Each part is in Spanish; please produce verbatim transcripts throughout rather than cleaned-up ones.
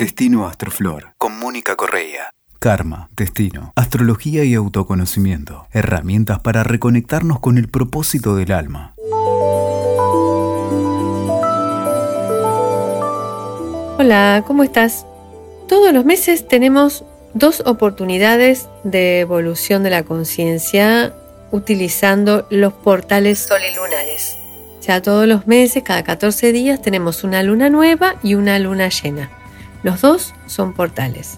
Destino Astroflor, con Mónica Correa. Karma, destino, astrología y autoconocimiento. Herramientas para reconectarnos con el propósito del alma. Hola, ¿cómo estás? Todos los meses tenemos dos oportunidades de evolución de la conciencia utilizando los portales solilunares. O sea, todos los meses, cada catorce días, tenemos una luna nueva y una luna llena. Los dos son portales.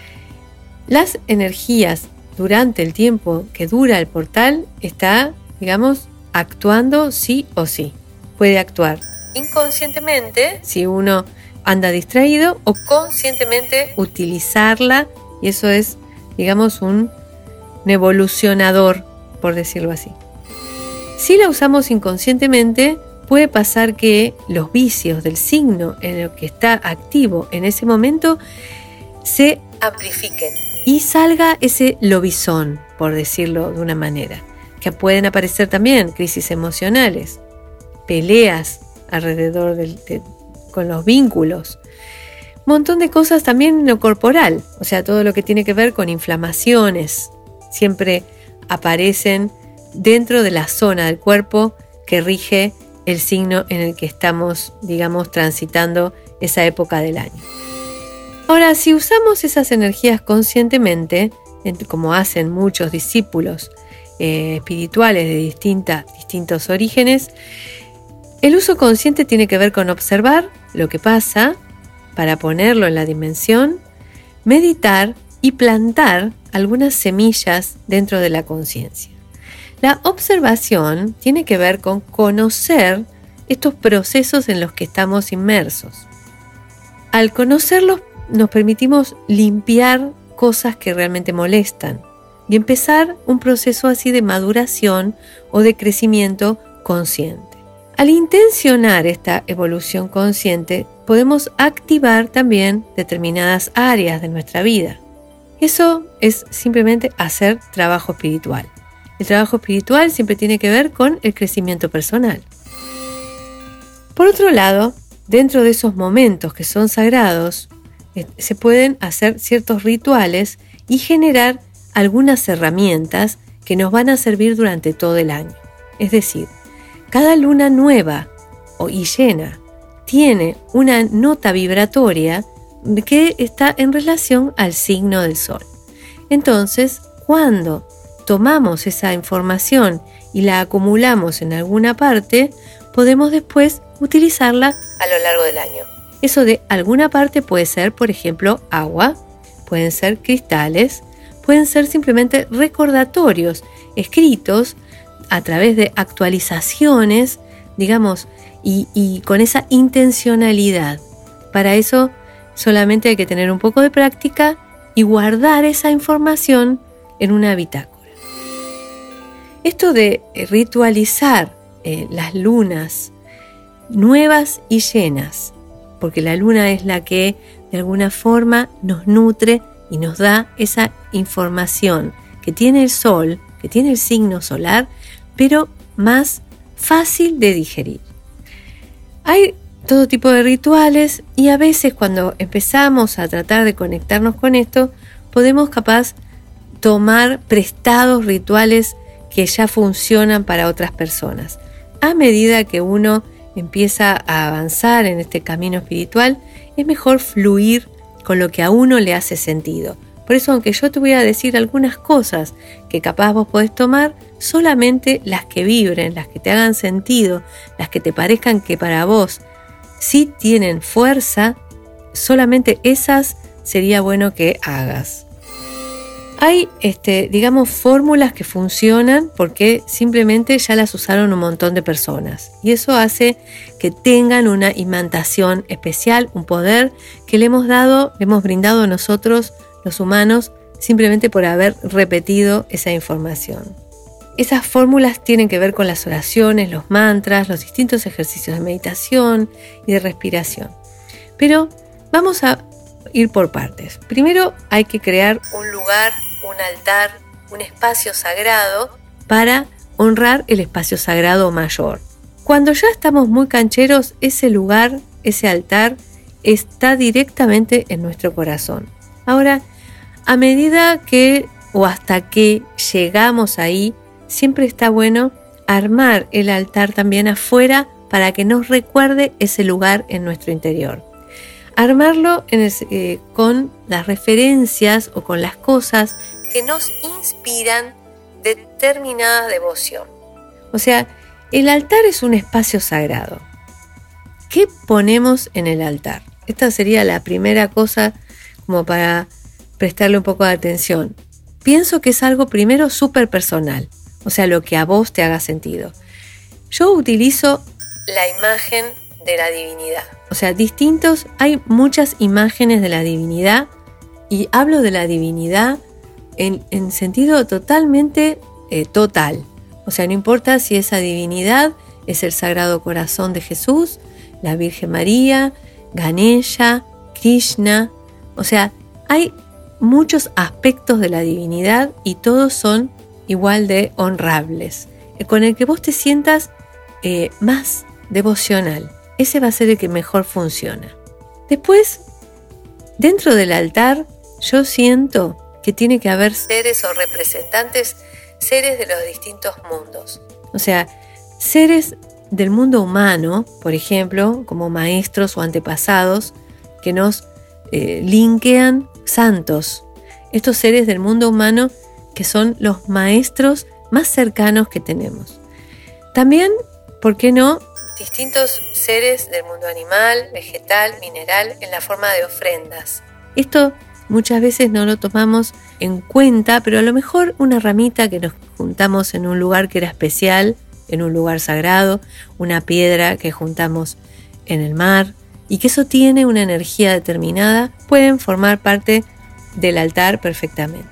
Las energías durante el tiempo que dura el portal está, digamos, actuando sí o sí. Puede actuar inconscientemente si uno anda distraído o conscientemente utilizarla, y eso es, digamos, un, un evolucionador, por decirlo así. Si la usamos inconscientemente, puede pasar que los vicios del signo en el que está activo en ese momento se amplifiquen y salga ese lobizón, por decirlo de una manera, que pueden aparecer también crisis emocionales, peleas alrededor del, de, con los vínculos, un montón de cosas también en lo corporal, o sea, todo lo que tiene que ver con inflamaciones, siempre aparecen dentro de la zona del cuerpo que rige el signo en el que estamos, digamos, transitando esa época del año. Ahora, si usamos esas energías conscientemente, como hacen muchos discípulos eh, espirituales de distinta, distintos orígenes, el uso consciente tiene que ver con observar lo que pasa para ponerlo en la dimensión, meditar y plantar algunas semillas dentro de la conciencia. La observación tiene que ver con conocer estos procesos en los que estamos inmersos. Al conocerlos, nos permitimos limpiar cosas que realmente molestan y empezar un proceso así de maduración o de crecimiento consciente. Al intencionar esta evolución consciente, podemos activar también determinadas áreas de nuestra vida. Eso es simplemente hacer trabajo espiritual. El trabajo espiritual siempre tiene que ver con el crecimiento personal. Por otro lado, dentro de esos momentos que son sagrados, se pueden hacer ciertos rituales y generar algunas herramientas que nos van a servir durante todo el año. Es decir, cada luna nueva y llena tiene una nota vibratoria que está en relación al signo del sol. Entonces, cuando tomamos esa información y la acumulamos en alguna parte, podemos después utilizarla a lo largo del año. Eso de alguna parte puede ser, por ejemplo, agua, pueden ser cristales, pueden ser simplemente recordatorios escritos a través de actualizaciones, digamos, y, y con esa intencionalidad. Para eso solamente hay que tener un poco de práctica y guardar esa información en una bitácora. Esto de ritualizar eh, las lunas nuevas y llenas, porque la luna es la que de alguna forma nos nutre y nos da esa información que tiene el sol, que tiene el signo solar, pero más fácil de digerir. Hay todo tipo de rituales y a veces cuando empezamos a tratar de conectarnos con esto, podemos capaz tomar prestados rituales que ya funcionan para otras personas. A medida que uno empieza a avanzar en este camino espiritual, es mejor fluir con lo que a uno le hace sentido. Por eso, aunque yo te voy a decir algunas cosas que capaz vos podés tomar, solamente las que vibren, las que te hagan sentido, las que te parezcan que para vos sí tienen fuerza, solamente esas sería bueno que hagas. Hay, este, digamos, fórmulas que funcionan porque simplemente ya las usaron un montón de personas. Y eso hace que tengan una imantación especial, un poder que le hemos dado, le hemos brindado a nosotros, los humanos, simplemente por haber repetido esa información. Esas fórmulas tienen que ver con las oraciones, los mantras, los distintos ejercicios de meditación y de respiración. Pero vamos a ir por partes. Primero hay que crear un lugar, un altar, un espacio sagrado para honrar el espacio sagrado mayor. Cuando ya estamos muy cancheros, ese lugar, ese altar, está directamente en nuestro corazón. Ahora, a medida que o hasta que llegamos ahí, siempre está bueno armar el altar también afuera para que nos recuerde ese lugar en nuestro interior. Armarlo en el, eh, con las referencias o con las cosas que nos inspiran determinada devoción. O sea, el altar es un espacio sagrado. ¿Qué ponemos en el altar? Esta sería la primera cosa como para prestarle un poco de atención. Pienso que es algo primero súper personal, o sea, lo que a vos te haga sentido. Yo utilizo la imagen de la divinidad. O sea, distintos, hay muchas imágenes de la divinidad y hablo de la divinidad en, en sentido totalmente eh, total. O sea, no importa si esa divinidad es el Sagrado Corazón de Jesús, la Virgen María, Ganesha, Krishna. O sea, hay muchos aspectos de la divinidad y todos son igual de honrables. Con el que vos te sientas eh, más devocional. Ese va a ser el que mejor funciona. Después, dentro del altar, yo siento que tiene que haber seres o representantes, seres de los distintos mundos. O sea, seres del mundo humano, por ejemplo, como maestros o antepasados, que nos eh, linkean santos. Estos seres del mundo humano que son los maestros más cercanos que tenemos. También, ¿por qué no? Distintos seres del mundo animal, vegetal, mineral, en la forma de ofrendas. Esto muchas veces no lo tomamos en cuenta, pero a lo mejor una ramita que nos juntamos en un lugar que era especial, en un lugar sagrado, una piedra que juntamos en el mar, y que eso tiene una energía determinada, pueden formar parte del altar perfectamente.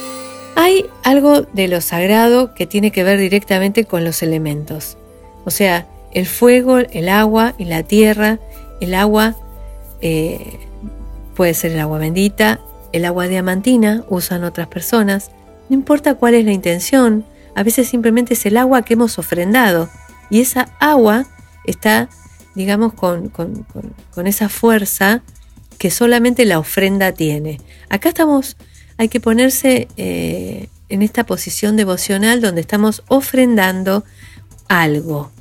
Hay algo de lo sagrado que tiene que ver directamente con los elementos. O sea, el fuego, el agua y la tierra. El agua eh, puede ser el agua bendita, el agua diamantina, usan otras personas. No importa cuál es la intención, a veces simplemente es el agua que hemos ofrendado. Y esa agua está, digamos, con, con, con, con esa fuerza que solamente la ofrenda tiene. Acá estamos... Hay que ponerse eh, en esta posición devocional donde estamos ofrendando algo.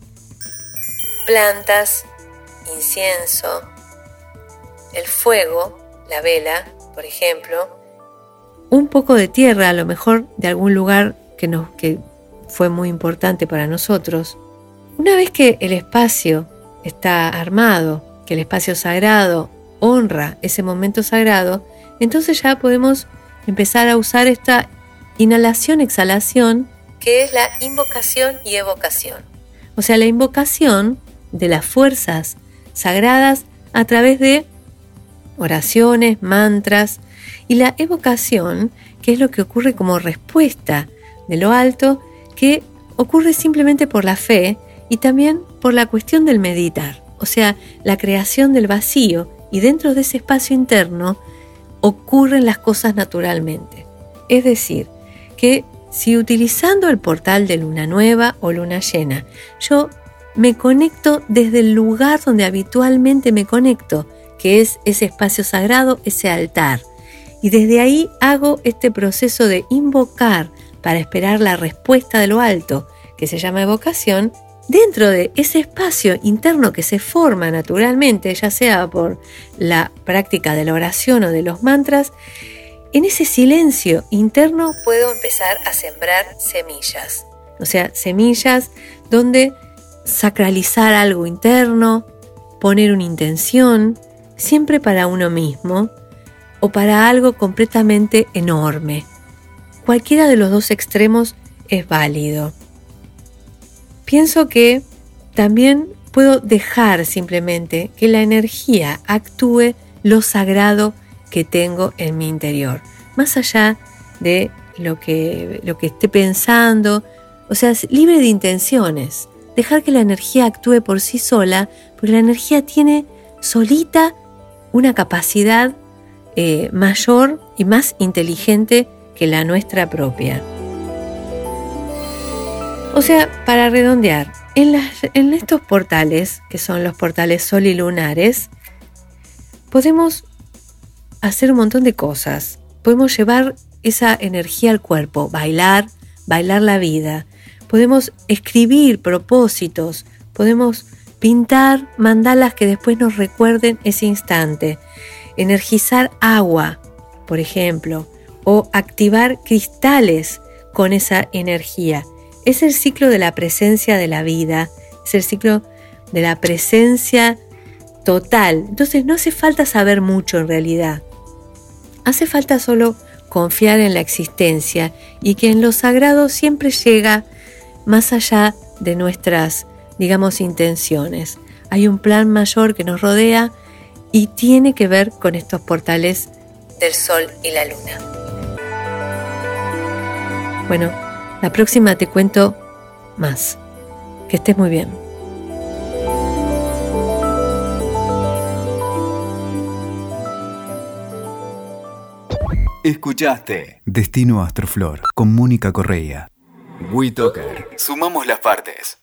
Plantas, incienso, el fuego, la vela, por ejemplo. Un poco de tierra, a lo mejor de algún lugar que, nos, que fue muy importante para nosotros. Una vez que el espacio está armado, que el espacio sagrado honra ese momento sagrado, entonces ya podemos empezar a usar esta inhalación-exhalación, que es la invocación y evocación. O sea, la invocación de las fuerzas sagradas a través de oraciones, mantras, y la evocación, que es lo que ocurre como respuesta de lo alto, que ocurre simplemente por la fe y también por la cuestión del meditar. O sea, la creación del vacío, y dentro de ese espacio interno ocurren las cosas naturalmente. Es decir, que si utilizando el portal de luna nueva o luna llena, yo me conecto desde el lugar donde habitualmente me conecto, que es ese espacio sagrado, ese altar, y desde ahí hago este proceso de invocar para esperar la respuesta de lo alto, que se llama evocación, dentro de ese espacio interno que se forma naturalmente, ya sea por la práctica de la oración o de los mantras. En ese silencio interno puedo empezar a sembrar semillas. O sea, semillas donde sacralizar algo interno, poner una intención, siempre para uno mismo o para algo completamente enorme. Cualquiera de los dos extremos es válido. Pienso que también puedo dejar simplemente que la energía actúe lo sagrado que tengo en mi interior, más allá de lo que, lo que esté pensando, o sea, libre de intenciones, dejar que la energía actúe por sí sola, porque la energía tiene solita una capacidad eh, mayor y más inteligente que la nuestra propia. O sea, para redondear, en, las, en estos portales, que son los portales solilunares, podemos hacer un montón de cosas. Podemos llevar esa energía al cuerpo, bailar, bailar la vida. Podemos escribir propósitos, podemos pintar mandalas que después nos recuerden ese instante, energizar agua, por ejemplo, o activar cristales con esa energía. Es el ciclo de la presencia de la vida, es el ciclo de la presencia total. Entonces no hace falta saber mucho en realidad. Hace falta solo confiar en la existencia y que en lo sagrado siempre llega más allá de nuestras, digamos, intenciones. Hay un plan mayor que nos rodea y tiene que ver con estos portales del Sol y la Luna. Bueno, la próxima te cuento más. Que estés muy bien. Escuchaste Destino Astroflor con Mónica Correia. WeToker. Sumamos las partes.